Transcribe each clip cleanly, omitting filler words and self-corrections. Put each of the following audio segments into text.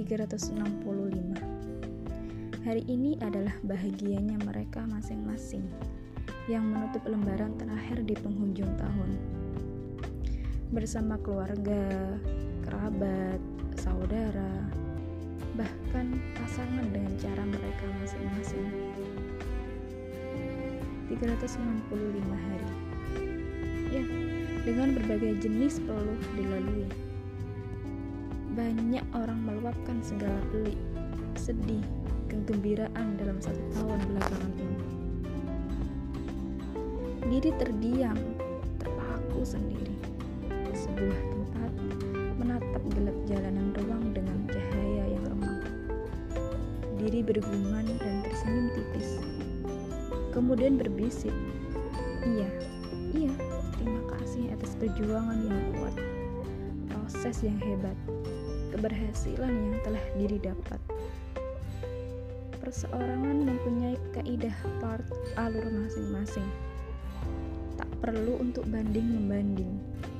365. Hari ini adalah bahagianya mereka masing-masing yang menutup lembaran terakhir di penghujung tahun. Bersama keluarga, kerabat, saudara, bahkan pasangan dengan cara mereka masing-masing. 365 hari. Ya, dengan berbagai jenis peluh dilalui. Banyak orang meluapkan segala pelik, sedih, kegembiraan dalam 1 tahun belakangan ini. Diri terdiam, terpaku sendiri. Sebuah tempat menatap gelap jalanan ruang dengan cahaya yang remang. Diri bergumam dan tersenyum tipis. Kemudian berbisik, iya, terima kasih atas perjuangan yang kuat, proses yang hebat, keberhasilan yang telah diri dapat. Perseorangan mempunyai kaidah part alur masing-masing. Tak perlu untuk banding-membanding.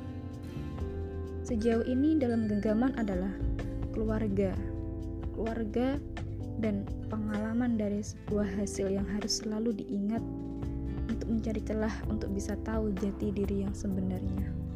Sejauh ini dalam genggaman adalah keluarga dan pengalaman dari sebuah hasil yang harus selalu diingat untuk mencari celah untuk bisa tahu jati diri yang sebenarnya.